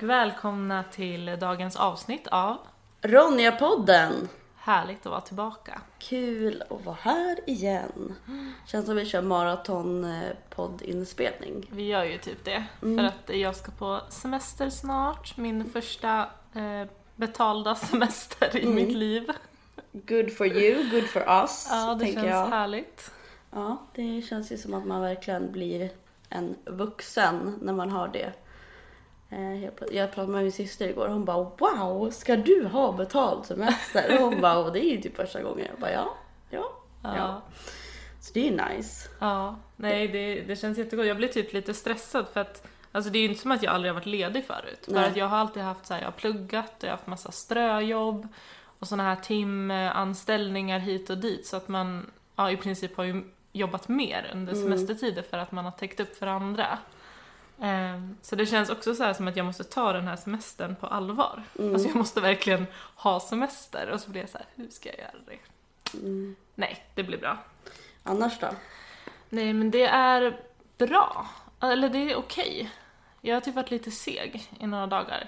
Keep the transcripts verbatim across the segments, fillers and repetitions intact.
och välkomna till dagens avsnitt av Ronja-podden. Härligt att vara tillbaka. Kul att vara här igen. Känns som vi kör maraton-poddinspelning. Vi gör ju typ det, Mm. för att jag ska på semester snart. Min första eh, betalda semester i Mm. mitt liv. Good for you, good for us, Ja, det tänker känns jag. härligt. Ja, det känns ju som att man verkligen blir en vuxen när man har det. Eh, Jag jag pratade med min syster igår och hon bara, wow, ska du ha betald semester? Och hon bara, och det är ju typ första gången. Jag bara, ja, ja, Ja. ja. Så det är nice. Ja, nej det, det känns jättegott. Jag blir typ lite stressad för att alltså det är ju inte som att jag aldrig har varit ledig förut. Nej. För att jag har alltid haft så här, jag har pluggat och jag har haft massa ströjobb och såna här timanställningar hit och dit, så att man ja, i princip har ju jobbat mer under Mm. semestertider för att man har täckt upp för andra. Ehm, Så det känns också så här som att jag måste ta den här semestern på allvar. Mm. Alltså jag måste verkligen ha semester, och så blir jag så här, hur ska jag göra det? Mm. Nej, det blir bra. Annars då? Nej, men det är bra. Eller det är okej. Jag har typ varit lite seg i några dagar.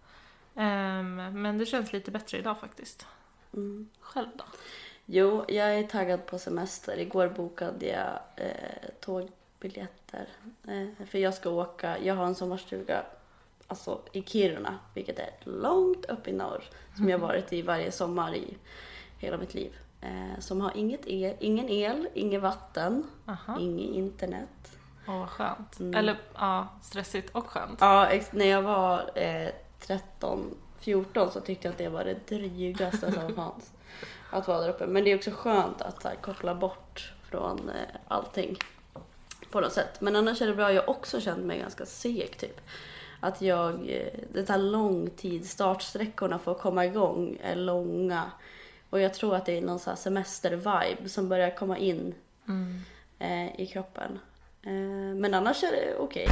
Ehm, men det känns lite bättre idag faktiskt. Mm. Själv då? Jo, jag är taggad på semester. Igår bokade jag eh, tågbiljetter. Eh, för jag ska åka, jag har en sommarstuga alltså, i Kiruna, vilket är långt upp i norr. Som jag varit i varje sommar i hela mitt liv. Eh, som har inget el, ingen el, inget vatten, Aha. inget internet. Åh, vad skönt. Mm. Eller, ja, stressigt och skönt. Ja, ex- när jag var eh, tretton fjorton så tyckte jag att det var det drygaste som fanns. Att vara där uppe. Men det är också skönt att så här, koppla bort från eh, allting på något sätt. Men annars är det bra. Jag har också känt mig ganska seg typ. Att jag, eh, det tar lång tid. Startsträckorna för att komma igång är långa. Och jag tror att det är någon så här semester-vibe som börjar komma in Mm. eh, i kroppen. Eh, men annars är det okej.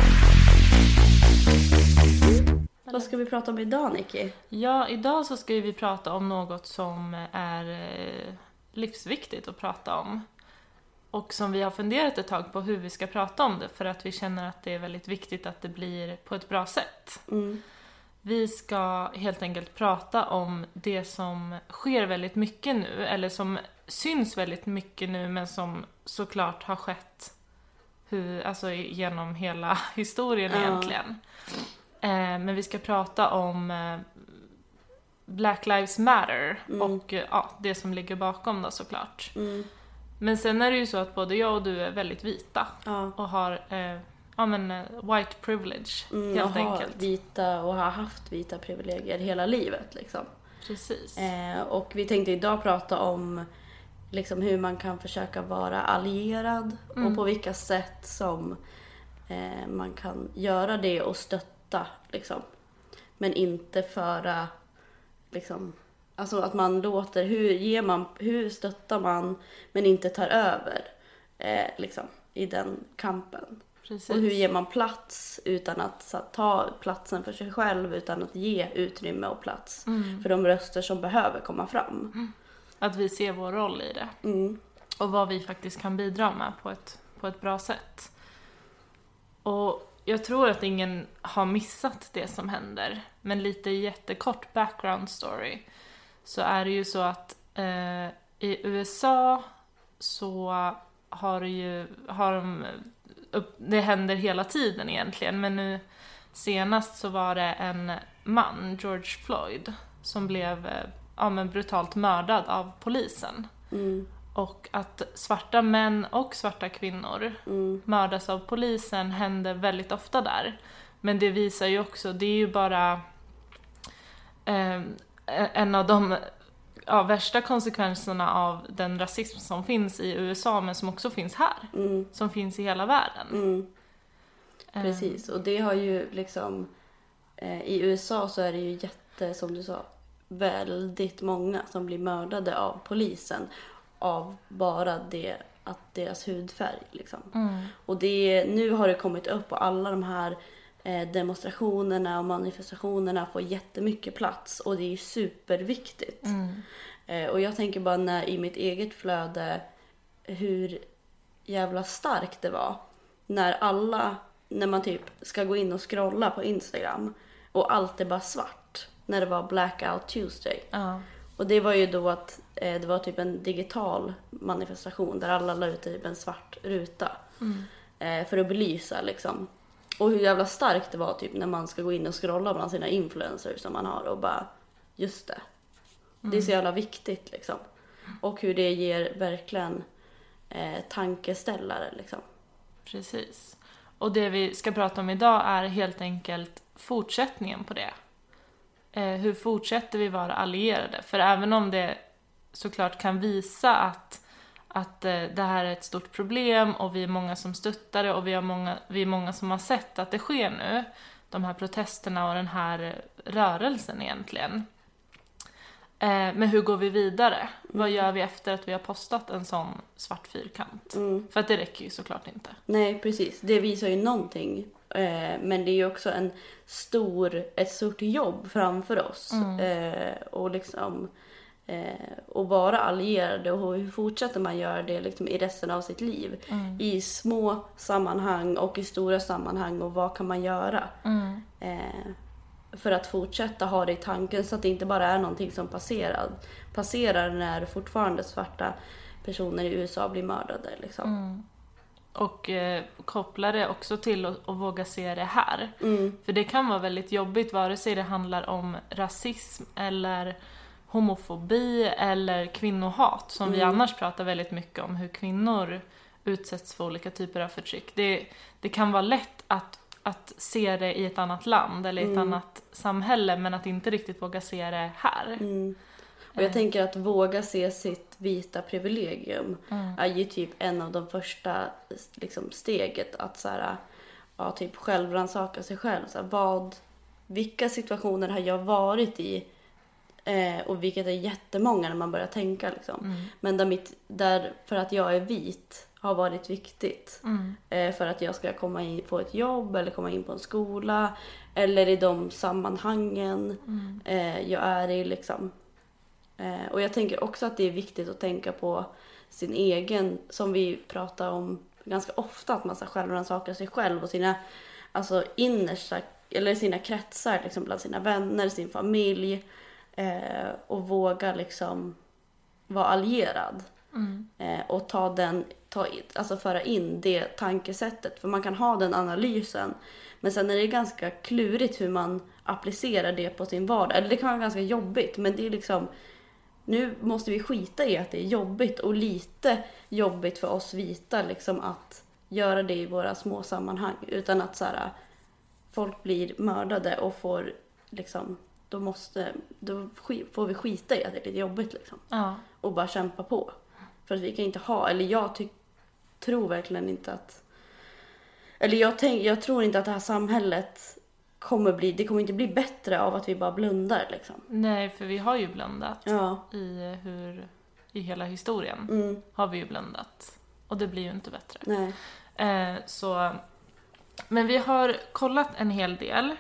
Vad ska vi prata om idag, Nicky? Ja, idag så ska vi prata om något som är eh, livsviktigt att prata om. Och som vi har funderat ett tag på hur vi ska prata om det, för att vi känner att det är väldigt viktigt att det blir på ett bra sätt. Mm. Vi ska helt enkelt prata om det som sker väldigt mycket nu, eller som syns väldigt mycket nu, men som såklart har skett hur, alltså genom hela historien Ja. egentligen. Eh, men vi ska prata om eh, Black Lives Matter Mm. och eh, ja, det som ligger bakom då såklart. Mm. Men sen är det ju så att både jag och du är väldigt vita Ja. och har eh, ja, men, eh, white privilege Mm, helt och har enkelt. vita och har haft vita privilegier hela livet liksom. Precis. Eh, och vi tänkte idag prata om liksom hur man kan försöka vara allierad Mm. och på vilka sätt som eh, man kan göra det och stötta liksom. Men inte föra liksom, alltså att man låter, hur ger man, hur stöttar man men inte tar över eh, liksom i den kampen. Precis. Och hur ger man plats utan att så, ta platsen för sig själv, utan att ge utrymme och plats Mm. för de röster som behöver komma fram. Att vi ser vår roll i det. Mm. Och vad vi faktiskt kan bidra med på ett, på ett bra sätt. Och jag tror att ingen har missat det som händer. Men lite jättekort background story. Så är det ju så att eh, i U S A så har det ju, har de upp, det händer hela tiden egentligen. Men nu senast så var det en man, George Floyd, som blev eh, ja, men brutalt mördad av polisen. Mm. Och att svarta män och svarta kvinnor Mm. mördas av polisen händer väldigt ofta där. Men det visar ju också, det är ju bara eh, en av de ja, värsta konsekvenserna av den rasism som finns i U S A, men som också finns här. Mm. Som finns i hela världen. Mm. Eh, Precis, och det har ju liksom eh, i U S A så är det ju jätte, som du sa, väldigt många som blir mördade av polisen av bara det att deras hudfärg liksom. Mm, Och det, nu har det kommit upp och alla de här eh, demonstrationerna och manifestationerna får jättemycket plats och det är superviktigt. mm, Eh, och jag tänker bara när, i mitt eget flöde hur jävla starkt det var när alla, när man typ ska gå in och scrolla på Instagram och allt är bara svart. När det var Blackout Tuesday. Ja. Och det var ju då att eh, det var typ en digital manifestation där alla la ut typ en svart ruta. Mm. Eh, för att belysa liksom. Och hur jävla starkt det var typ när man ska gå in och scrolla bland sina influencers som man har och bara, just det. Mm. Det är så jävla viktigt liksom. Och hur det ger verkligen eh, tankeställare liksom. Precis. Och det vi ska prata om idag är helt enkelt fortsättningen på det. Eh, hur fortsätter vi vara allierade? För även om det såklart kan visa att, att eh, det här är ett stort problem och vi är många som stöttar det och vi, har många, vi är många som har sett att det sker nu, de här protesterna och den här rörelsen egentligen. Eh, men hur går vi vidare? Mm. Vad gör vi efter att vi har postat en sån svart fyrkant? Mm. För att det räcker ju såklart inte. Nej, precis. Det visar ju någonting. Eh, men det är ju också en stor, ett stort jobb framför oss. Mm. Eh, och liksom eh, och vara allierade. Och hur fortsätter man göra det liksom i resten av sitt liv? Mm. I små sammanhang och i stora sammanhang. Och vad kan man göra? Mm. Eh, för att fortsätta ha det i tanken så att det inte bara är någonting som passerar, passerar när fortfarande svarta personer i U S A blir mördade. Liksom. Mm. Och eh, koppla det också till att, att våga se det här. Mm. För det kan vara väldigt jobbigt vare sig det handlar om rasism eller homofobi eller kvinnohat som mm. vi annars pratar väldigt mycket om hur kvinnor utsätts för olika typer av förtryck. Det, det kan vara lätt att att se det i ett annat land eller i ett mm. annat samhälle men att inte riktigt våga se det här. Mm. Och jag eh. tänker att våga se sitt vita privilegium mm. är ju typ en av de första liksom, steget att så här, ja, typ självrannsaka sig själv. Så här, vad, vilka situationer har jag varit i eh, och vilket är jättemånga när man börjar tänka. Liksom. Mm. Men där, mitt, där för att jag är vit har varit viktigt mm. eh, för att jag ska komma in på ett jobb eller komma in på en skola eller i de sammanhangen mm. eh, jag är i liksom. Eh, och jag tänker också att det är viktigt att tänka på sin egen, som vi pratar om ganska ofta, att man ska självrannsaka sig själv och sina alltså innersta, eller sina kretsar liksom, bland sina vänner, sin familj eh, och våga liksom vara allierad. Mm. Eh, och ta den, ta, alltså föra in det tankesättet. För man kan ha den analysen. Men sen är det ganska klurigt hur man applicerar det på sin vardag. Eller det kan vara ganska jobbigt. Men det är liksom, nu måste vi skita i att det är jobbigt. Och lite jobbigt för oss vita liksom, att göra det i våra små sammanhang. Utan att så här, folk blir mördade och får liksom, då, måste, då får vi skita i att det är lite jobbigt liksom. Ja. Och bara kämpa på. För att vi kan inte ha, eller jag ty- tror verkligen inte att, eller jag, tänk, jag tror inte att det här samhället kommer bli, det kommer inte bli bättre av att vi bara blundar liksom. Nej, för vi har ju blundat ja. i hur, i hela historien mm. har vi ju blundat. Och det blir ju inte bättre. Nej. Eh, så, men vi har kollat en hel del,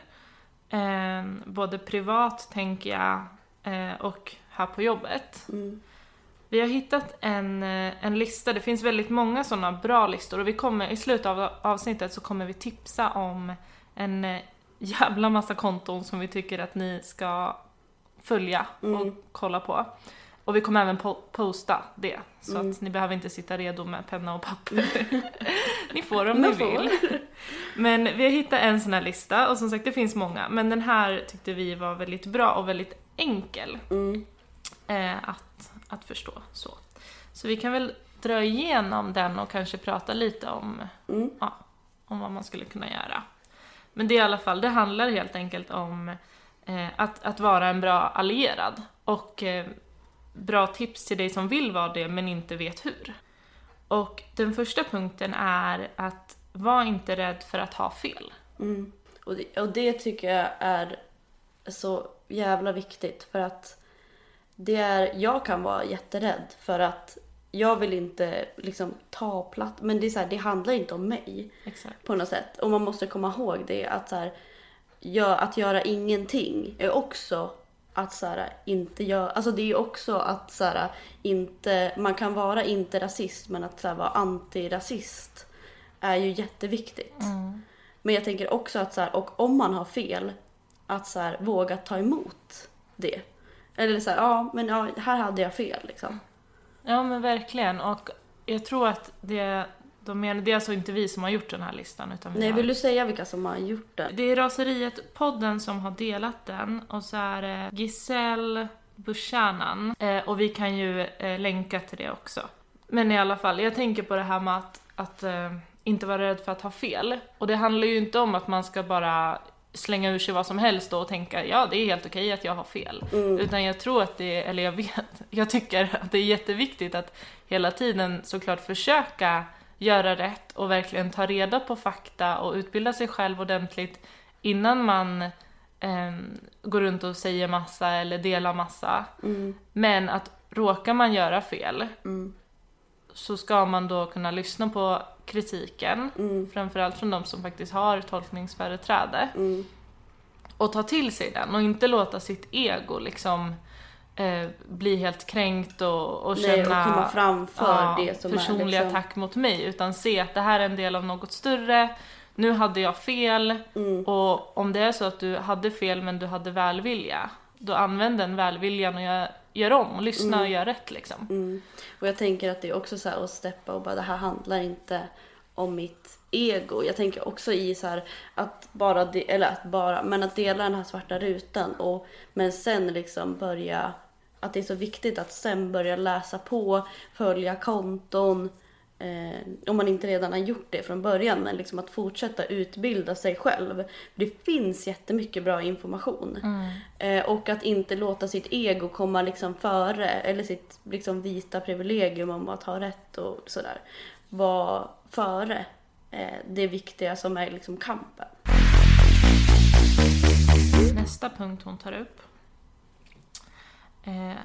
eh, både privat tänker jag eh, och här på jobbet. Mm. Vi har hittat en, en lista, det finns väldigt många sådana bra listor och vi kommer, i slutet av avsnittet så kommer vi tipsa om en jävla massa konton som vi tycker att ni ska följa mm. och kolla på. Och vi kommer även po- posta det, så mm. att ni behöver inte sitta redo med penna och papper. Ni får om ni vill. Men vi har hittat en sån här lista och som sagt det finns många, men den här tyckte vi var väldigt bra och väldigt enkel mm. eh, att att förstå så. Så vi kan väl dra igenom den och kanske prata lite om, mm. ja, om vad man skulle kunna göra. Men det i alla fall, det handlar helt enkelt om eh, att, att vara en bra allierad och eh, bra tips till dig som vill vara det men inte vet hur. Och den första punkten är att var inte rädd för att ha fel. Mm. Och, det, och det tycker jag är så jävla viktigt för att det är, jag kan vara jätterädd för att jag vill inte liksom ta plats, men det är så här, det handlar inte om mig. Exakt. På något sätt. Och man måste komma ihåg det att så här, ja, att göra ingenting är också att så här, inte göra, alltså det är också att så här, inte, man kan vara inte rasist men att så här, vara antirasist är ju jätteviktigt. Mm. Men jag tänker också att så här, och om man har fel att så här, våga ta emot det. Eller så här, ja men ja, här hade jag fel liksom. Ja men verkligen, och jag tror att det, de menar, det är alltså inte vi som har gjort den här listan utan vi Nej, har... vill du säga vilka som har gjort den? Det är Raseriet-podden som har delat den, och så är det Giselle Buchanan, eh, och vi kan ju eh, länka till det också. Men i alla fall, jag tänker på det här med att, att eh, inte vara rädd för att ha fel. Och det handlar ju inte om att man ska bara slänga ur sig vad som helst då och tänka ja det är helt okej att jag har fel. Mm. Utan jag tror att det, eller jag vet, jag tycker att det är jätteviktigt att hela tiden såklart försöka göra rätt och verkligen ta reda på fakta och utbilda sig själv ordentligt innan man eh, går runt och säger massa eller delar massa. Mm. Men att råkar man göra fel mm. så ska man då kunna lyssna på kritiken, mm. framförallt från de som faktiskt har tolkningsföreträde mm. och ta till sig den och inte låta sitt ego liksom eh, bli helt kränkt och, och Nej, känna och komma framför ja, det som personlig är liksom... attack mot mig, utan se att det här är en del av något större. Nu hade jag fel mm. och om det är så att du hade fel men du hade välvilja, då använd den välviljan och gör, gör om, lyssna mm. och gör rätt liksom. Mm. Och jag tänker att det är också så här att steppa och bara det här handlar inte om mitt ego. Jag tänker också i så här att bara, de, eller att bara, men att dela den här svarta rutan och men sen liksom börja, att det är så viktigt att sen börja läsa på, följa konton, eh, om man inte redan har gjort det från början, men liksom att fortsätta utbilda sig själv. Det finns jättemycket bra information. Mm. Eh, och att inte låta sitt ego komma liksom före, eller sitt liksom vita privilegium om att ha rätt och sådär, vara före eh, det viktiga som är liksom kampen. Nästa punkt hon tar upp. Eh,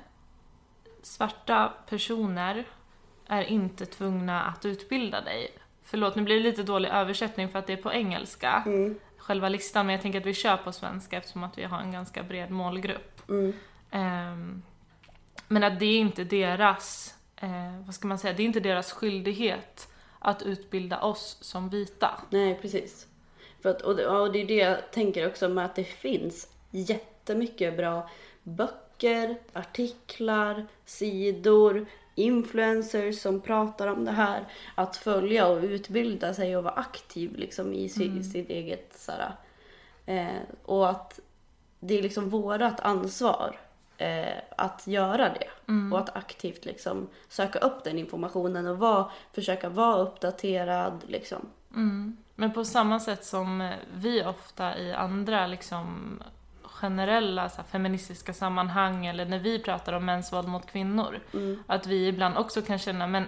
svarta personer är inte tvungna att utbilda dig. Förlåt, nu blir det lite dålig översättning för att det är på engelska. Mm. Själva listan, men jag tänker att vi kör på svenska eftersom att vi har en ganska bred målgrupp. Mm. Eh, men att det är inte deras, eh, vad ska man säga, det är inte deras skyldighet att utbilda oss som vita. Nej, precis. För att, och, det, och det är det jag tänker också med att det finns jättemycket bra böcker, artiklar, sidor, influencers som pratar om det här. Att följa och utbilda sig och vara aktiv liksom i sitt, mm. sitt eget såhär. Eh, och att det är liksom vårat ansvar eh, att göra det. Mm. Och att aktivt liksom söka upp den informationen och var, försöka vara uppdaterad liksom. Mm. Men på samma sätt som vi ofta i andra liksom generella så här, feministiska sammanhang eller när vi pratar om mäns våld mot kvinnor, mm. att vi ibland också kan känna, men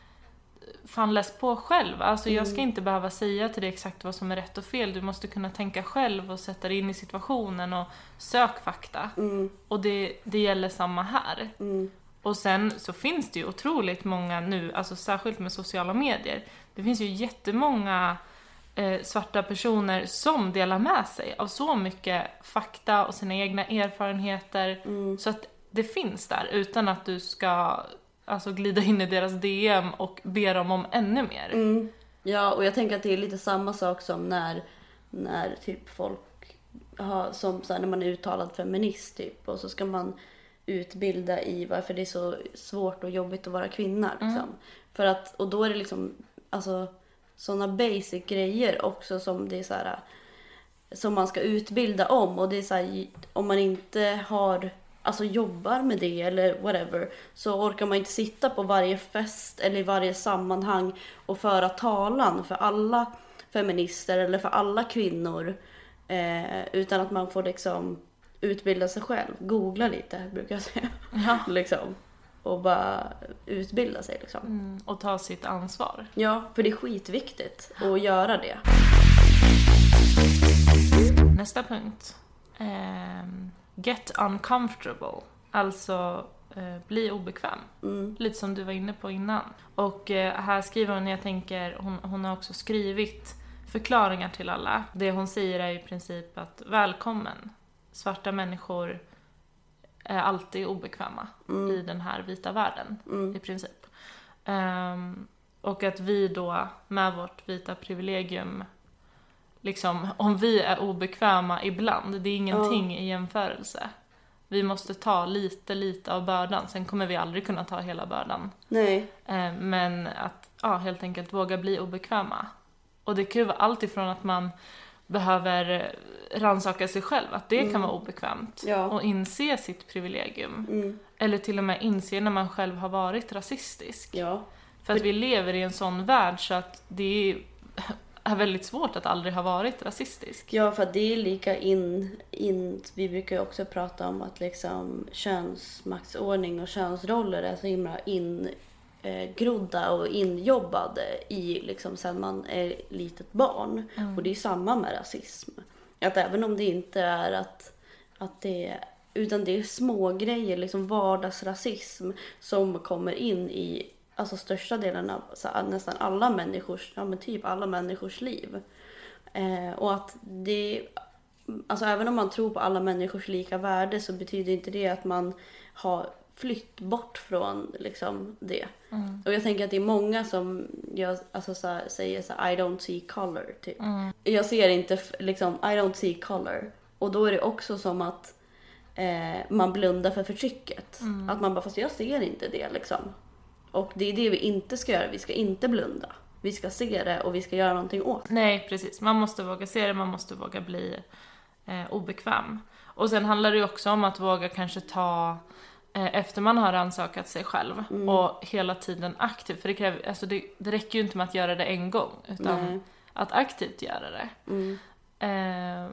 fan läs på själv, alltså mm. jag ska inte behöva säga till dig exakt vad som är rätt och fel, du måste kunna tänka själv och sätta dig in i situationen och sök fakta. Mm. Och det, det gäller samma här. Mm. Och sen så finns det ju otroligt många nu, alltså särskilt med sociala medier, det finns ju jättemånga eh, svarta personer som delar med sig av så mycket fakta och sina egna erfarenheter, mm. så att det finns där utan att du ska alltså glida in i deras D M och be dem om ännu mer. Mm. Ja, och jag tänker att det är lite samma sak som när, när typ folk har, som så här, när man är uttalad feminist typ, och så ska man utbilda i varför det är så svårt och jobbigt att vara kvinna liksom. Mm. För att, och då är det liksom alltså såna basic grejer också som det är så här, som man ska utbilda om, och det är så här, om man inte har alltså jobbar med det eller whatever, så orkar man inte sitta på varje fest eller i varje sammanhang och föra talan för alla feminister eller för alla kvinnor, eh, utan att man får liksom utbilda sig själv, googla lite brukar jag säga. Ja. liksom. Och bara utbilda sig liksom. Mm, och ta sitt ansvar. Ja, för det är skitviktigt att göra det. Nästa punkt. Um... Get uncomfortable, alltså eh, bli obekväm. Mm. Lite som du var inne på innan. Och eh, här skriver hon, jag tänker, hon, hon har också skrivit förklaringar till alla. Det hon säger är i princip att välkommen, svarta människor är alltid obekväma mm. i den här vita världen, mm. i princip. Um, och att vi då med vårt vita privilegium liksom, om vi är obekväma ibland, det är ingenting Ja. i jämförelse. Vi måste ta lite, lite av bördan. Sen kommer vi aldrig kunna ta hela bördan. Nej. Eh, men att ja, helt enkelt våga bli obekväma. Och det kan ju vara allt ifrån att man behöver rannsaka sig själv. Att det Mm. kan vara obekvämt. Ja. Och inse sitt privilegium. Mm. Eller till och med inse när man själv har varit rasistisk. Ja. För att vi lever i en sån värld så att det är väldigt svårt att aldrig ha varit rasistisk. Ja, för att det är lika in, in... Vi brukar ju också prata om att liksom könsmaktsordning och könsroller är så himla ingrodda och injobbade i liksom sen man är litet barn. Mm. Och det är samma med rasism. Att även om det inte är att, att det utan det är små grejer, liksom vardagsrasism som kommer in i alltså största delen av så här, nästan alla människors, ja men typ alla människors liv. Eh, och att det, alltså även om man tror på alla människors lika värde så betyder inte det att man har flytt bort från liksom det. Mm. Och jag tänker att det är många som jag, alltså, så här, säger så här, I don't see color typ. Mm. Jag ser inte liksom, I don't see color. Och då är det också som att eh, man blundar för förtrycket. Mm. Att man bara, fast jag ser inte det liksom. Och det är det vi inte ska göra. Vi ska inte blunda. Vi ska se det och vi ska göra någonting åt det. Nej, precis. Man måste våga se det, man måste våga bli eh, obekväm. Och sen handlar det ju också om att våga kanske ta, eh, efter man har rannsakat sig själv, Mm. och hela tiden aktivt. För det, kräver, alltså det, det räcker ju inte med att göra det en gång, utan Nej. att aktivt göra det. Mm. Eh,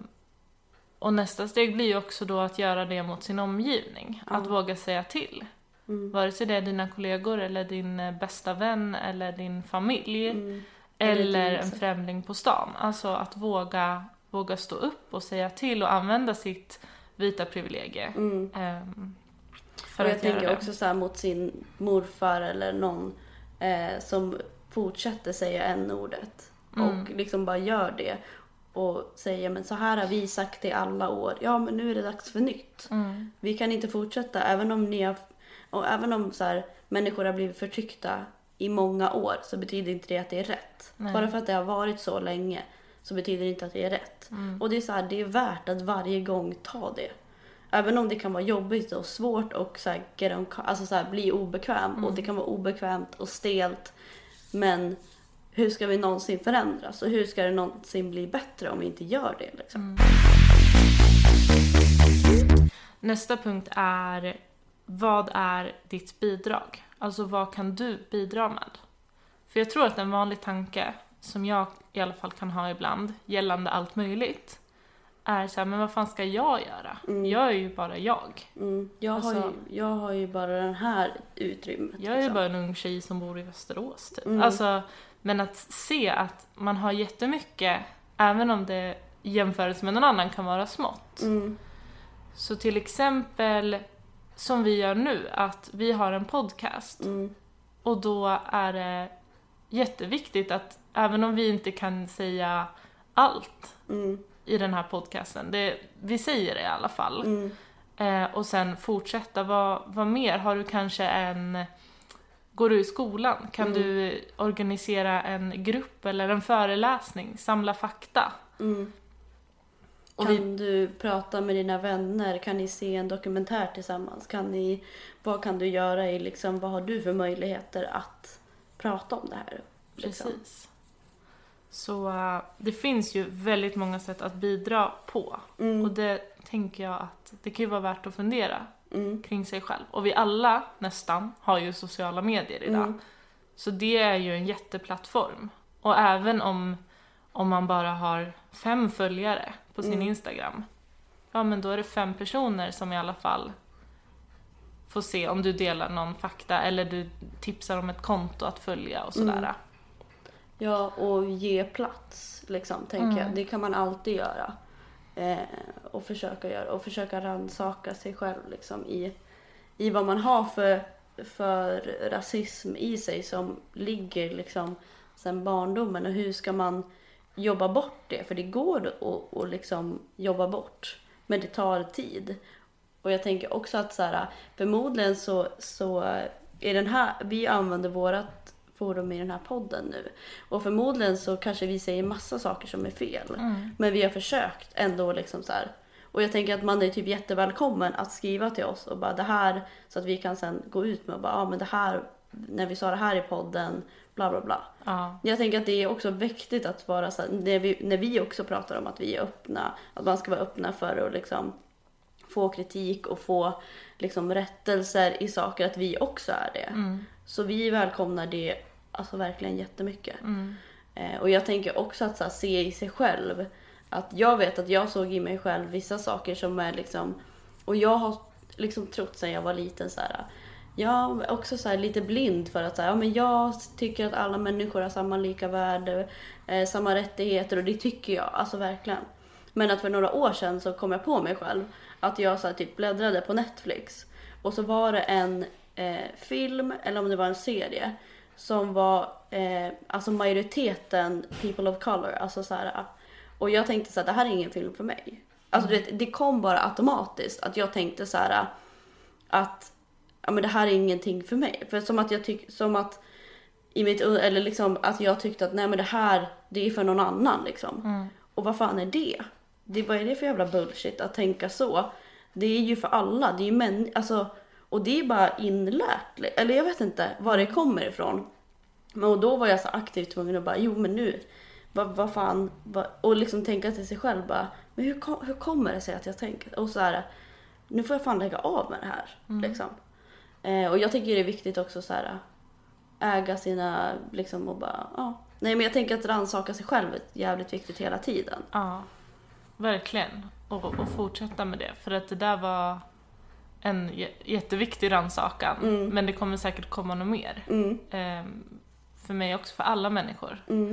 och nästa steg blir ju också då att göra det mot sin omgivning. Ja. Att våga säga till. Mm. Vare sig det är dina kollegor eller din eh, bästa vän eller din familj. Mm. Eller Eller en din- främling på stan. Alltså att våga, våga stå upp och säga till och använda sitt vita privilegie. Mm. ehm, för Och jag att göra tänker det. också så här mot sin morfar eller någon eh, som fortsätter säga n-ordet. Mm. Och liksom bara gör det. Och säger, men så här har vi sagt det i alla år. Ja, men nu är det dags för nytt. Mm. Vi kan inte fortsätta, även om ni har, och även om så här, människor har blivit förtryckta i många år så betyder inte det att det är rätt. Nej. Bara för att det har varit så länge så betyder det inte att det är rätt. Mm. Och det är så här, det är värt att varje gång ta det. Även om det kan vara jobbigt och svårt och så här, get on, alltså så här, bli obekväm. Mm. Och det kan vara obekvämt och stelt. Men hur ska vi någonsin förändras? Och hur ska det någonsin bli bättre om vi inte gör det? Liksom? Mm. Nästa punkt är, vad är ditt bidrag? Alltså vad kan du bidra med? För jag tror att en vanlig tanke som jag i alla fall kan ha ibland gällande allt möjligt är så här, men vad fan ska jag göra? Mm. Jag är ju bara jag. Mm. Jag, har Alltså- ju, jag har ju bara den här utrymmet. Jag är ju liksom. bara en ung tjej som bor i Västerås typ. Mm. Alltså, men att se att man har jättemycket, även om det i jämförelse med någon annan kan vara smått. Mm. Så till exempel, som vi gör nu, att vi har en podcast. Mm. Och då är det jätteviktigt att, även om vi inte kan säga allt Mm. i den här podcasten, det, vi säger det i alla fall. Mm. Eh, och sen fortsätta, vad, vad mer? Har du kanske en... Går du i skolan? Kan Mm. du organisera en grupp eller en föreläsning? Samla fakta? Mm. Och Kan vi, du prata med dina vänner? Kan ni se en dokumentär tillsammans? Kan ni, vad kan du göra i liksom, vad har du för möjligheter att prata om det här? Liksom? precis. Så eh, det finns ju väldigt många sätt att bidra på. Och Mm. det tänker jag att det kan ju vara värt att fundera Mm. kring sig själv. Och vi alla nästan har ju sociala medier idag. Mm. Så det är ju en jätteplattform. Och även om, om man bara har fem följare på sin Mm. Instagram. Ja, men då är det fem personer som i alla fall får se om du delar någon fakta. Eller du tipsar om ett konto att följa och sådär. Mm. Ja, och ge plats, liksom, tänker Mm. jag. Det kan man alltid göra. Eh, och försöka göra. Och försöka rannsaka sig själv, liksom, i, i vad man har för, för rasism i sig som ligger, liksom, sedan barndomen. Och hur ska man jobba bort det? För det går att, att liksom, jobba bort. Men det tar tid. Och jag tänker också att så här, förmodligen så, så är den här, vi använder vårat forum i den här podden nu. Och förmodligen så kanske vi säger massa saker som är fel. Mm. Men vi har försökt ändå liksom så här. Och jag tänker att man är typ jättevälkommen att skriva till oss och bara det här, så att vi kan sen gå ut med och bara, ja ah, men det här, när vi sa det här i podden, bla bla bla. Ja. Jag tänker att det är också viktigt att vara så här, när vi, när vi också pratar om att vi är öppna, att man ska vara öppna för att liksom få kritik och få liksom rättelser i saker, att vi också är det. Mm. Så vi välkomnar det alltså verkligen jättemycket. Mm. Eh, och jag tänker också att så här, se i sig själv. Att jag vet att jag såg i mig själv vissa saker som är liksom... Och jag har liksom trott sen jag var liten så här... Jag är också så här lite blind för att så här, ja, men jag tycker att alla människor har samma lika värde, eh, samma rättigheter, och det tycker jag, alltså verkligen. Men att för några år sedan så kom jag på mig själv att jag så här, typ bläddrade på Netflix och så var det en eh, film, eller om det var en serie, som var eh, alltså majoriteten people of color, alltså så här, och jag tänkte så här, det här är ingen film för mig. Alltså mm. det, det kom bara automatiskt att jag tänkte så här att ja, men det här är ingenting för mig. För som att jag tyck, som att i mitt, eller liksom att jag tyckte att nej men det här, det är för någon annan liksom. Mm. Och vad fan är det? Det vad är det för jävla bullshit att tänka så? Det är ju för alla, det är ju män, alltså, och det är bara inlärt, eller jag vet inte var det kommer ifrån. Men och då var jag så aktivt tvungen att bara, jo men nu, vad, vad fan, vad, och liksom tänka till sig själv bara, men hur, hur kommer det sig att jag tänker? Och så här, nu får jag fan lägga av med det här, mm. liksom. Eh, och jag tycker det är viktigt också så här, äga sina, liksom, och bara, ja. Nej men jag tänker att rannsaka sig själv är jävligt viktigt hela tiden. Ja, verkligen. Och, och fortsätta med det. För att det där var en j- jätteviktig rannsakan. Mm. Men det kommer säkert komma något mer. Mm. Ehm, för mig också, för alla människor. Mm.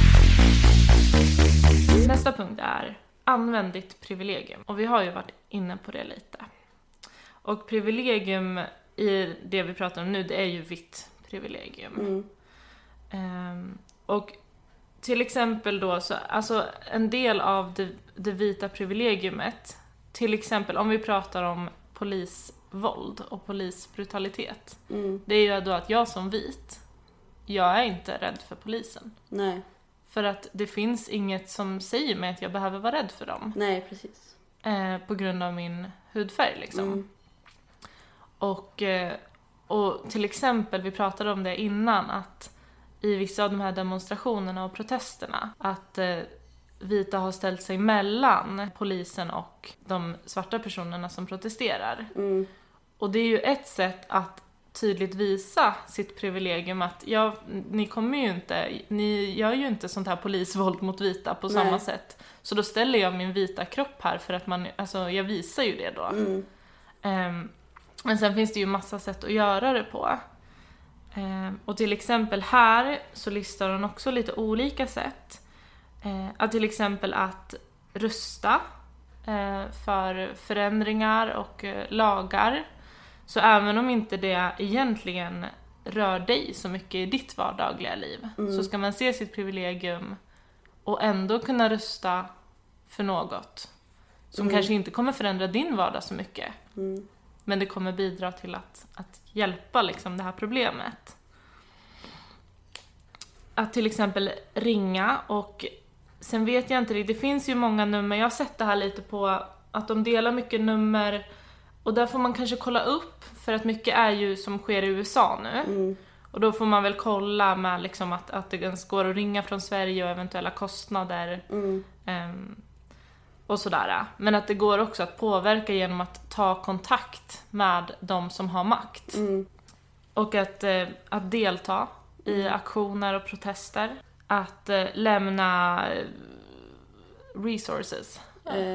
Nästa punkt är använd ditt privilegium. Och vi har ju varit inne på det lite. Och privilegium i det vi pratar om nu, det är ju vitt privilegium. Mm. Ehm, och till exempel då, så, alltså en del av det, det vita privilegiumet, till exempel om vi pratar om polisvåld och polisbrutalitet, Mm. det är ju då att jag som vit, jag är inte rädd för polisen. Nej. För att det finns inget som säger mig att jag behöver vara rädd för dem. Nej, precis. Eh, på grund av min hudfärg liksom. Mm. Och, eh, och till exempel, vi pratade om det innan, att i vissa av de här demonstrationerna och protesterna, att eh, vita har ställt sig mellan polisen och de svarta personerna som protesterar. Mm. Och det är ju ett sätt att tydligt visa sitt privilegium, att ja, ni kommer ju inte, ni gör ju inte sånt här polisvåld mot vita på Nej. samma sätt. Så då ställer jag min vita kropp här för att man, alltså jag visar ju det då. Mm. Um, men sen finns det ju massa sätt att göra det på. Um, och till exempel här så listar hon också lite olika sätt. Uh, att till exempel att rösta uh, för förändringar och uh, lagar. Så även om inte det egentligen rör dig så mycket i ditt vardagliga liv, Mm. så ska man se sitt privilegium och ändå kunna rösta för något som Mm. kanske inte kommer förändra din vardag så mycket. Mm. Men det kommer bidra till att, att hjälpa liksom det här problemet. Att till exempel ringa, och sen vet jag inte det, det finns ju många nummer, jag har sett det här lite på att de delar mycket nummer, och där får man kanske kolla upp, för att mycket är ju som sker i U S A nu. Mm. Och då får man väl kolla med liksom att, att det ens går att ringa från Sverige och eventuella kostnader. Mm. Um, och sådär. Men att det går också att påverka genom att ta kontakt med de som har makt. Mm. Och att, eh, att delta i aktioner och protester. Att eh, lämna eh, resources.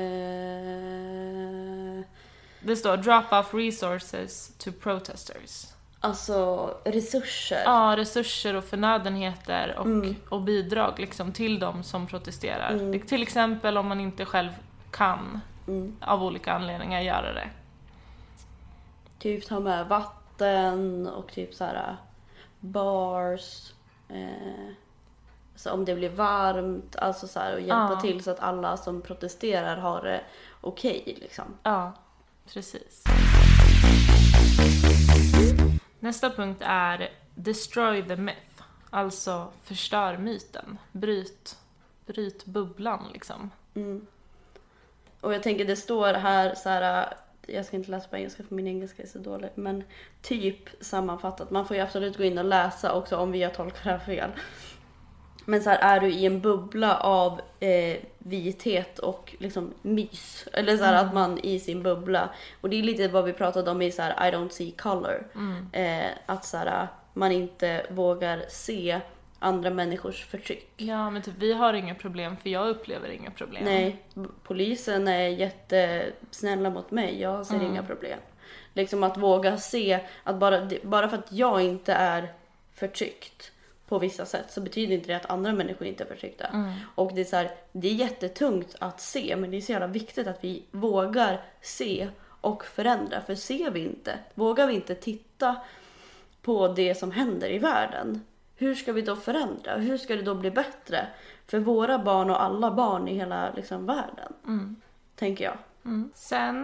Eh, Det står drop off resources to protesters. alltså resurser. Ja, resurser och förnödenheter och, Mm. och bidrag liksom till de som protesterar. Mm. Det, till exempel om man inte själv kan Mm. av olika anledningar göra det. Typ ta med vatten och typ så här bars. Eh, så om det blir varmt, alltså så här, och hjälpa Ja. till så att alla som protesterar har det okej liksom. Ja, precis. Nästa punkt är destroy the myth. Alltså förstör myten. Bryt, bryt bubblan liksom. Mm. Och jag tänker det står här så här, jag ska inte läsa på engelska för min engelska är så dålig, men typ sammanfattat. Man får ju absolut gå in och läsa också om vi har tolkat det här fel. Men så här, är du i en bubbla av eh, vithet och liksom mys. Eller så här, mm. att man i sin bubbla. Och det är lite vad vi pratade om i så här, I don't see color. Mm. Eh, att så här, man inte vågar se andra människors förtryck. Ja, men typ vi har inga problem för jag upplever inga problem. Nej, polisen är jättesnälla mot mig. Jag ser mm. inga problem. Liksom att våga se att bara, bara för att jag inte är förtryckt på vissa sätt så betyder inte det att andra människor inte är förtryckta. Mm. Och det är så här, det är jättetungt att se, men det är så jävla viktigt att vi vågar se och förändra. För ser vi inte, vågar vi inte titta på det som händer i världen, hur ska vi då förändra? Hur ska det då bli bättre för våra barn och alla barn i hela liksom, världen? Mm. Tänker jag. Mm. Sen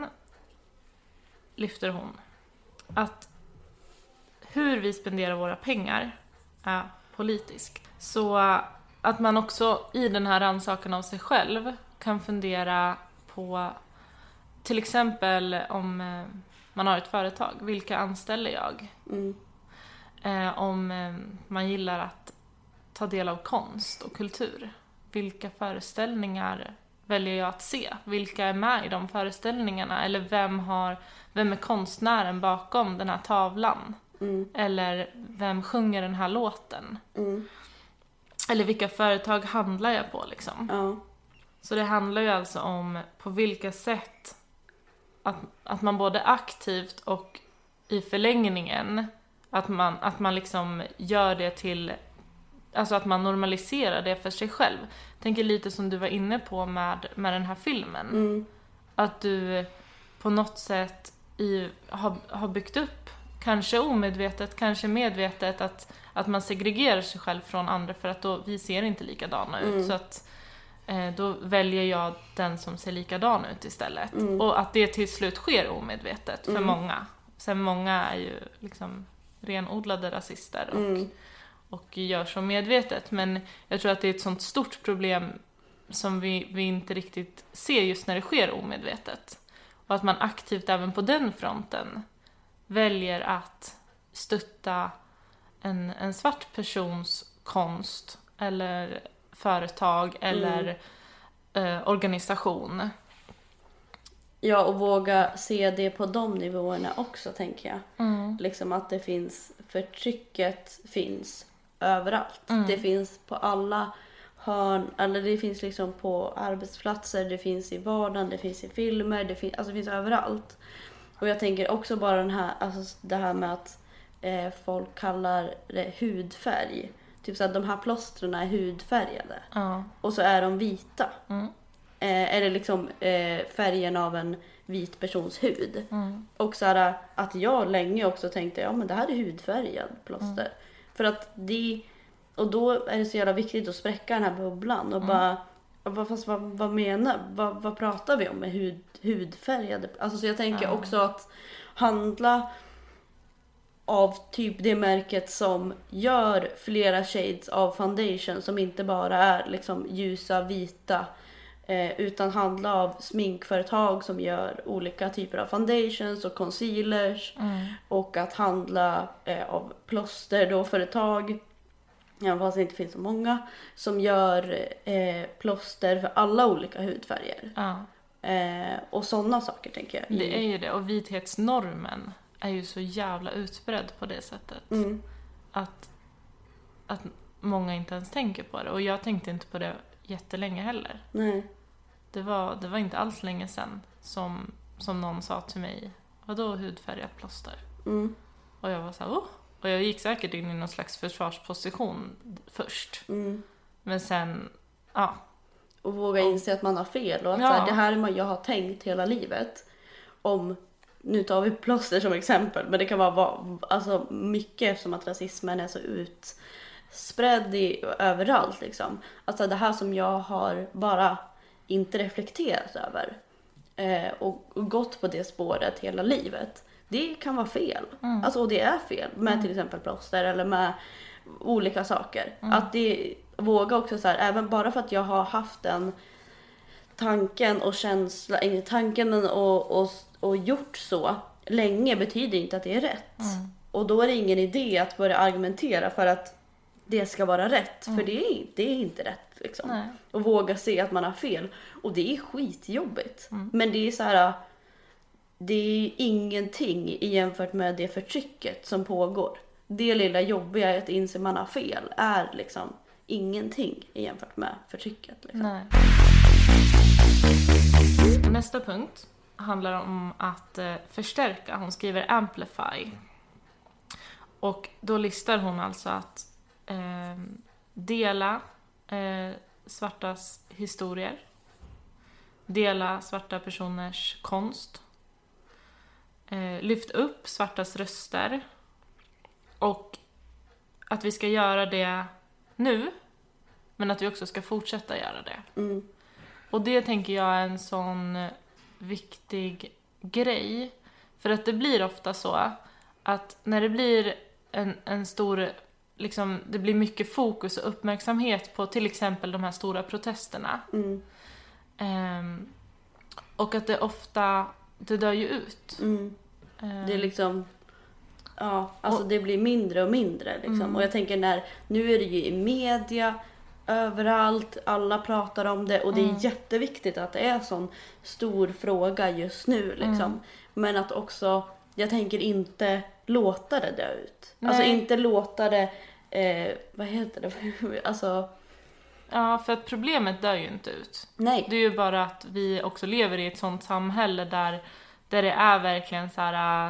lyfter hon att hur vi spenderar våra pengar är politiskt. Så att man också i den här rannsakan av sig själv kan fundera på till exempel om man har ett företag. Vilka anställer jag? Mm. Eh, om eh, man gillar att ta del av konst och kultur. Vilka föreställningar väljer jag att se? Vilka är med i de föreställningarna? Eller vem, har, vem är konstnären bakom den här tavlan? Mm. Eller vem sjunger den här låten? Mm. Eller vilka företag handlar jag på liksom? Mm. Så det handlar ju alltså om på vilka sätt att, att man både aktivt och i förlängningen att man, att man liksom gör det till, alltså att man normaliserar det för sig själv. Jag tänker lite som du var inne på med, med den här filmen. Mm. Att du på något sätt i, har, har byggt upp, kanske omedvetet, kanske medvetet, att, att man segregerar sig själv från andra för att då, vi ser inte likadana ut. Mm. Så att eh, då väljer jag den som ser likadan ut istället. Mm. Och att det till slut sker omedvetet för mm. många. Sen många är ju liksom renodlade rasister och, mm. och gör så medvetet. Men jag tror att det är ett sånt stort problem som vi, vi inte riktigt ser just när det sker omedvetet. Och att man aktivt även på den fronten väljer att stötta en, en svart persons konst eller företag eller mm. eh, organisation. Ja, och våga se det på de nivåerna också, tänker jag. Mm. Liksom att det finns, förtrycket finns överallt. Mm. Det finns på alla hörn, eller det finns liksom på arbetsplatser, det finns i vardagen, det finns i filmer, det finns, alltså det finns överallt. Och jag tänker också bara den här, alltså det här med att eh, folk kallar det hudfärg. Typ så att de här plåstren är hudfärgade. Mm. Och så är de vita. Mm. Eh, eller liksom eh, färgen av en vit persons hud. Mm. Och så här, att jag länge också tänkte, ja men det här är hudfärgad plåster. Mm. För att det, och då är det så jävla viktigt att spräcka den här bubblan och mm. bara, vad, fast vad, vad menar, vad, vad pratar vi om med hud, hudfärgade? Alltså så jag tänker mm. också att handla av typ det märket som gör flera shades av foundation som inte bara är liksom ljusa, vita, eh, utan handla av sminkföretag som gör olika typer av foundations och concealers mm. och att handla eh, av plåster då företag, ja, fast det inte finns så många, som gör eh, plåster för alla olika hudfärger. Ja. Eh, och sådana saker tänker jag. Det är ju det, och vithetsnormen är ju så jävla utbredd på det sättet. Mm. Att, att många inte ens tänker på det. Och jag tänkte inte på det jättelänge heller. Nej. Det var, det var inte alls länge sedan som, som någon sa till mig, vadå hudfärgat plåster? Mm. Och jag var så här, oh. Och jag gick säkert in i någon slags försvarsposition först. Mm. Men sen, ja. Och våga inse att man har fel. Och att ja. så här, det här är vad jag har tänkt hela livet. Om, nu tar vi plåster som exempel. Men det kan vara alltså, mycket eftersom att rasismen är så utspridd i, överallt. Liksom. Alltså det här som jag har bara inte reflekterat över. Eh, och, och gått på det spåret hela livet. Det kan vara fel. Mm. Alltså, och det är fel med mm. till exempel plåster eller med olika saker. Mm. Att det, våga också så här, även bara för att jag har haft den tanken och känsla, inte tanken men och, och, och gjort så länge betyder inte att det är rätt. Mm. Och då är det ingen idé att börja argumentera för att det ska vara rätt. Mm. För det är, det är inte rätt liksom. Nej. Och våga se att man har fel. Och det är skitjobbigt. Mm. Men det är så här, det är ingenting jämfört med det förtrycket som pågår. Det lilla jobbiga att inse man har fel är liksom ingenting jämfört med förtrycket. Liksom. Nej. Nästa punkt handlar om att eh, förstärka. Hon skriver amplify. Och då listar hon alltså att eh, dela eh, svartas historier. Dela svarta personers konst. Eh, lyft upp svartas röster. Och att vi ska göra det nu. Men att vi också ska fortsätta göra det. Mm. Och det tänker jag är en sån viktig grej. För att det blir ofta så att när det blir en, en stor, liksom, det blir mycket fokus och uppmärksamhet på till exempel de här stora protesterna. Mm. Um, och att det ofta, det dör ju ut. Mm. Um, Det är liksom, ja, alltså och, det blir mindre och mindre liksom. Mm. Och jag tänker när, nu är det ju i media, överallt, alla pratar om det och det är Mm. jätteviktigt att det är en sån stor fråga just nu liksom. Mm. Men att också, jag tänker inte låta det dö ut. Nej. Alltså inte låta det, eh, vad heter det, alltså ja, för att problemet dör ju inte ut. nej. Det är ju bara att vi också lever i ett sånt samhälle där, där det är verkligen så här äh,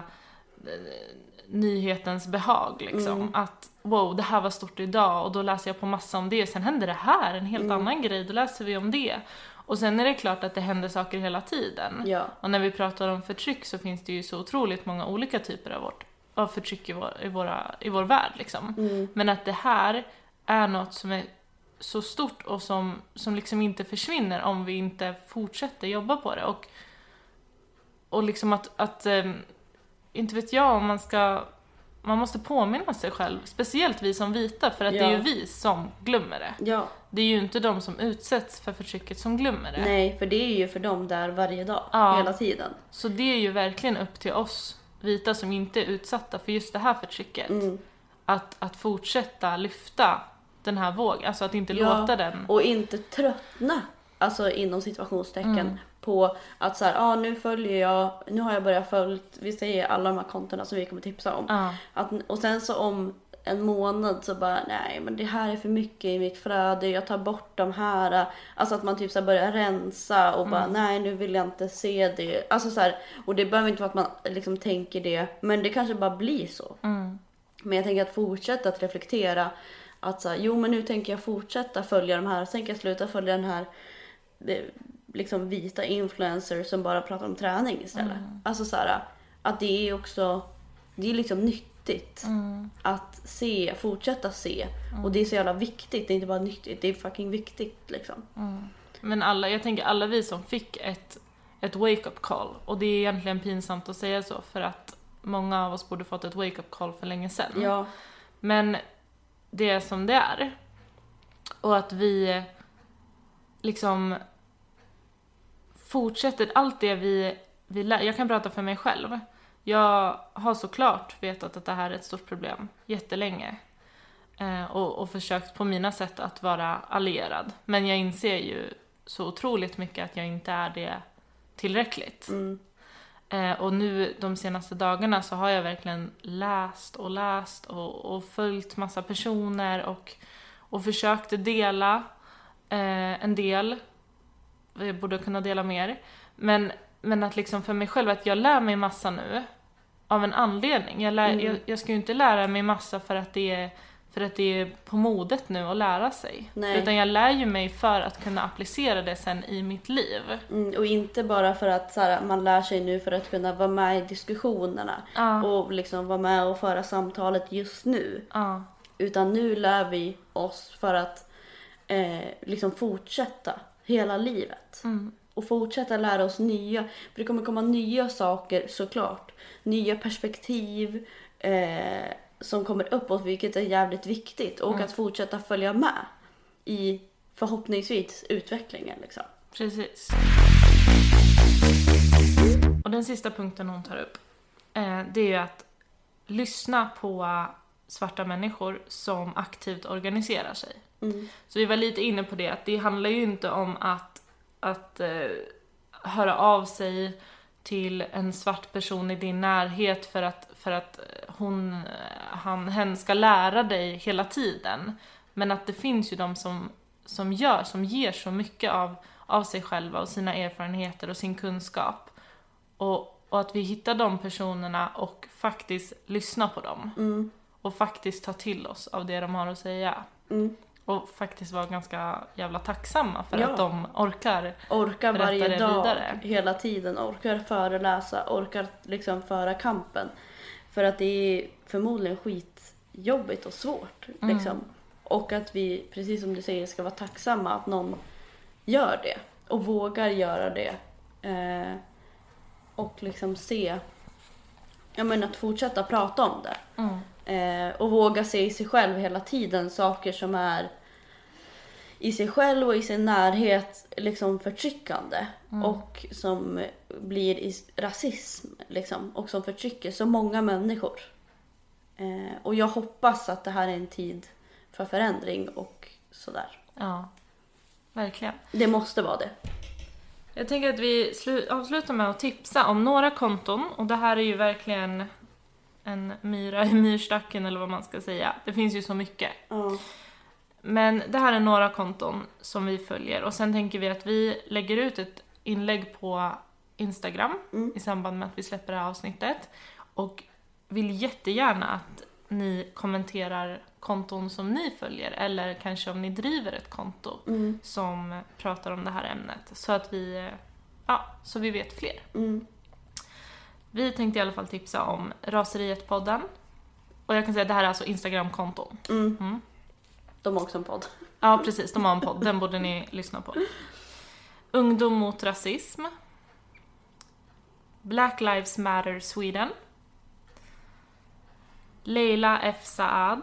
nyhetens behag liksom. Mm. Att wow, det här var stort idag och då läser jag på massa om det. Sen händer det här, en helt Mm. annan grej, då läser vi om det. Och sen är det klart att det händer saker hela tiden. Ja. Och när vi pratar om förtryck så finns det ju så otroligt många olika typer av, vårt, av förtryck i vår, i, våra, i vår värld liksom. Mm. Men att det här är något som är så stort och som, som liksom inte försvinner om vi inte fortsätter jobba på det. Och, och liksom att, att ähm, inte vet jag om man ska, man måste påminna sig själv, speciellt vi som vita, för att Ja. det är ju vi som glömmer det. Ja. Det är ju inte de som utsätts för förtrycket som glömmer det. Nej, för det är ju för dem där varje dag, Ja. hela tiden. Så det är ju verkligen upp till oss vita som inte är utsatta för just det här förtrycket. Mm. Att, att fortsätta lyfta den här vågen, alltså att inte Ja, låta den. Och inte tröttna, alltså inom situationstecken, Mm. på att så här, ah, nu följer jag, nu har jag börjat följt, vi säger alla de här kontona som vi kommer tipsa om. Ja. Att, och sen så om en månad så bara, nej men det här är för mycket i mitt flöde, jag tar bort de här. Alltså att man typ så här börjar rensa och bara, nej nu vill jag inte se det. Alltså så här, och det behöver inte vara att man liksom tänker det, men det kanske bara blir så. Mm. Men jag tänker att fortsätta att reflektera. Att så här, jo men nu tänker jag fortsätta följa de här. Sen tänker jag sluta följa den här eh, liksom vita influencers som bara pratar om träning istället. Mm. Alltså så här, att det är också, det är liksom nyttigt. Mm. Att se, fortsätta se. Mm. Och det är så jävla viktigt. Det är inte bara nyttigt, det är fucking viktigt liksom. Mm. Men alla, jag tänker alla vi som fick ett, ett wake-up call. Och det är egentligen pinsamt att säga så, för att många av oss borde fått ett wake-up call för länge sedan. Ja. Men det är som det är. Och att vi liksom fortsätter allt det vi, vi lär. Jag kan prata för mig själv. Jag har såklart vetat att det här är ett stort problem jättelänge. Eh, och, och försökt på mina sätt att vara allierad. Men jag inser ju så otroligt mycket att jag inte är det tillräckligt. Mm. Eh, och nu de senaste dagarna så har jag verkligen läst och läst och, och följt massa personer och, och försökt dela eh, en del. Jag borde kunna dela mer. Men, men att liksom för mig själv, att jag lär mig massa nu av en anledning. Jag, lär, Mm. jag, jag ska ju inte lära mig massa för att det är, för att det är på modet nu att lära sig. Nej. Utan jag lär ju mig för att kunna applicera det sen i mitt liv. Mm, och inte bara för att så här, man lär sig nu för att kunna vara med i diskussionerna. Ja. Och liksom vara med och föra samtalet just nu. Ja. Utan nu lär vi oss för att eh, liksom fortsätta hela livet. Mm. Och fortsätta lära oss nya. För det kommer komma nya saker såklart. Nya perspektiv. Eh, som kommer uppåt, vilket är jävligt viktigt. Och mm. att fortsätta följa med i förhoppningsvis utvecklingen liksom. Precis. Och den sista punkten hon tar upp, eh, det är ju att lyssna på svarta människor som aktivt organiserar sig. Mm. Så vi var lite inne på det, att det handlar ju inte om att, att eh, höra av sig till en svart person i din närhet för att, för att hon, han, hen ska lära dig hela tiden. Men att det finns ju de som, som gör, som ger så mycket av, av sig själva och sina erfarenheter och sin kunskap. Och, och att vi hittar de personerna och faktiskt lyssnar på dem. Mm. Och faktiskt ta till oss av det de har att säga. Mm. Och faktiskt vara ganska jävla tacksamma för ja. att de orkar Orkar varje det dag, vidare. Hela tiden. Orkar föreläsa, orkar liksom föra kampen. För att det är förmodligen skitjobbigt och svårt. Mm. Liksom. Och att vi, precis som du säger, ska vara tacksamma att någon gör det. Och vågar göra det. Eh, och liksom se, jag menar att fortsätta prata om det. Mm. Eh, och våga se i sig själv hela tiden saker som är i sig själv och i sin närhet liksom förtryckande. Mm. Och som blir i rasism liksom, och som förtrycker så många människor. Eh, och jag hoppas att det här är en tid för förändring och sådär. Ja, verkligen. Det måste vara det. Jag tänker att vi slu- avslutar med att tipsa om några konton. Och det här är ju verkligen en myra i myrstacken eller vad man ska säga. Det finns ju så mycket. Mm. Men det här är några konton som vi följer. Och sen tänker vi att vi lägger ut ett inlägg på Instagram mm. i samband med att vi släpper det här avsnittet. Och vill jättegärna att ni kommenterar konton som ni följer. Eller kanske om ni driver ett konto mm. som pratar om det här ämnet. Så att vi, ja, så vi vet fler. Mm. Vi tänkte i alla fall tipsa om Raseriet-podden. Och jag kan säga att det här är alltså Instagram-konton. Mm. Mm. De har också en podd. Ja, precis. De har en podd. Den borde ni lyssna på. Ungdom mot rasism. Black Lives Matter Sweden. Leila F. Saad.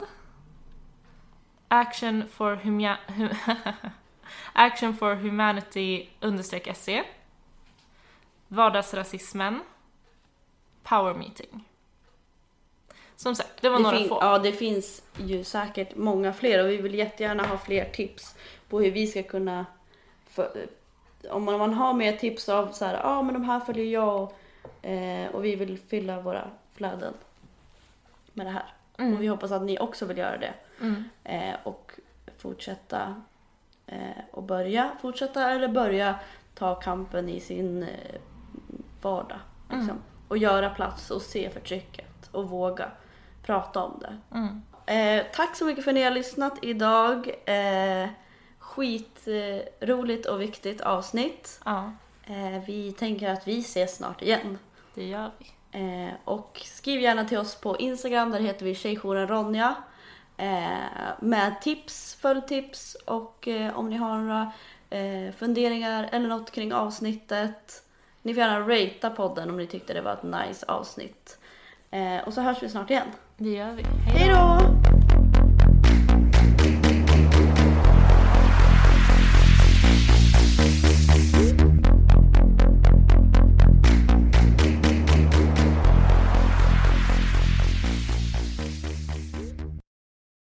Action for, Humia- hum- Action for Humanity understreck se. Vardagsrasismen. Power Meeting. Som sagt, det var det några fin- få. Ja, det finns ju säkert många fler och vi vill jättegärna ha fler tips på hur vi ska kunna för, om man, man har mer tips av så här, ja ah, men de här följer jag och, eh, och vi vill fylla våra flöden med det här. Mm. Och vi hoppas att ni också vill göra det. Mm. Eh, och fortsätta eh, och börja, fortsätta eller börja ta kampen i sin eh, vardag. Liksom. Mm. Och göra plats och se förtrycket och våga prata om det. Mm. Eh, tack så mycket för att ni har lyssnat idag. Eh, skit eh, roligt och viktigt avsnitt. Ja, Eh, vi tänker att vi ses snart igen. det gör vi. Eh, och skriv gärna till oss på Instagram, där heter vi Tjejjouren Ronja. Eh, med tips, följtips och eh, om ni har några eh, funderingar eller något kring avsnittet. Ni får gärna ratea podden om ni tyckte det var ett nice avsnitt. Eh, och så hörs vi snart igen. Det gör vi. Hej då!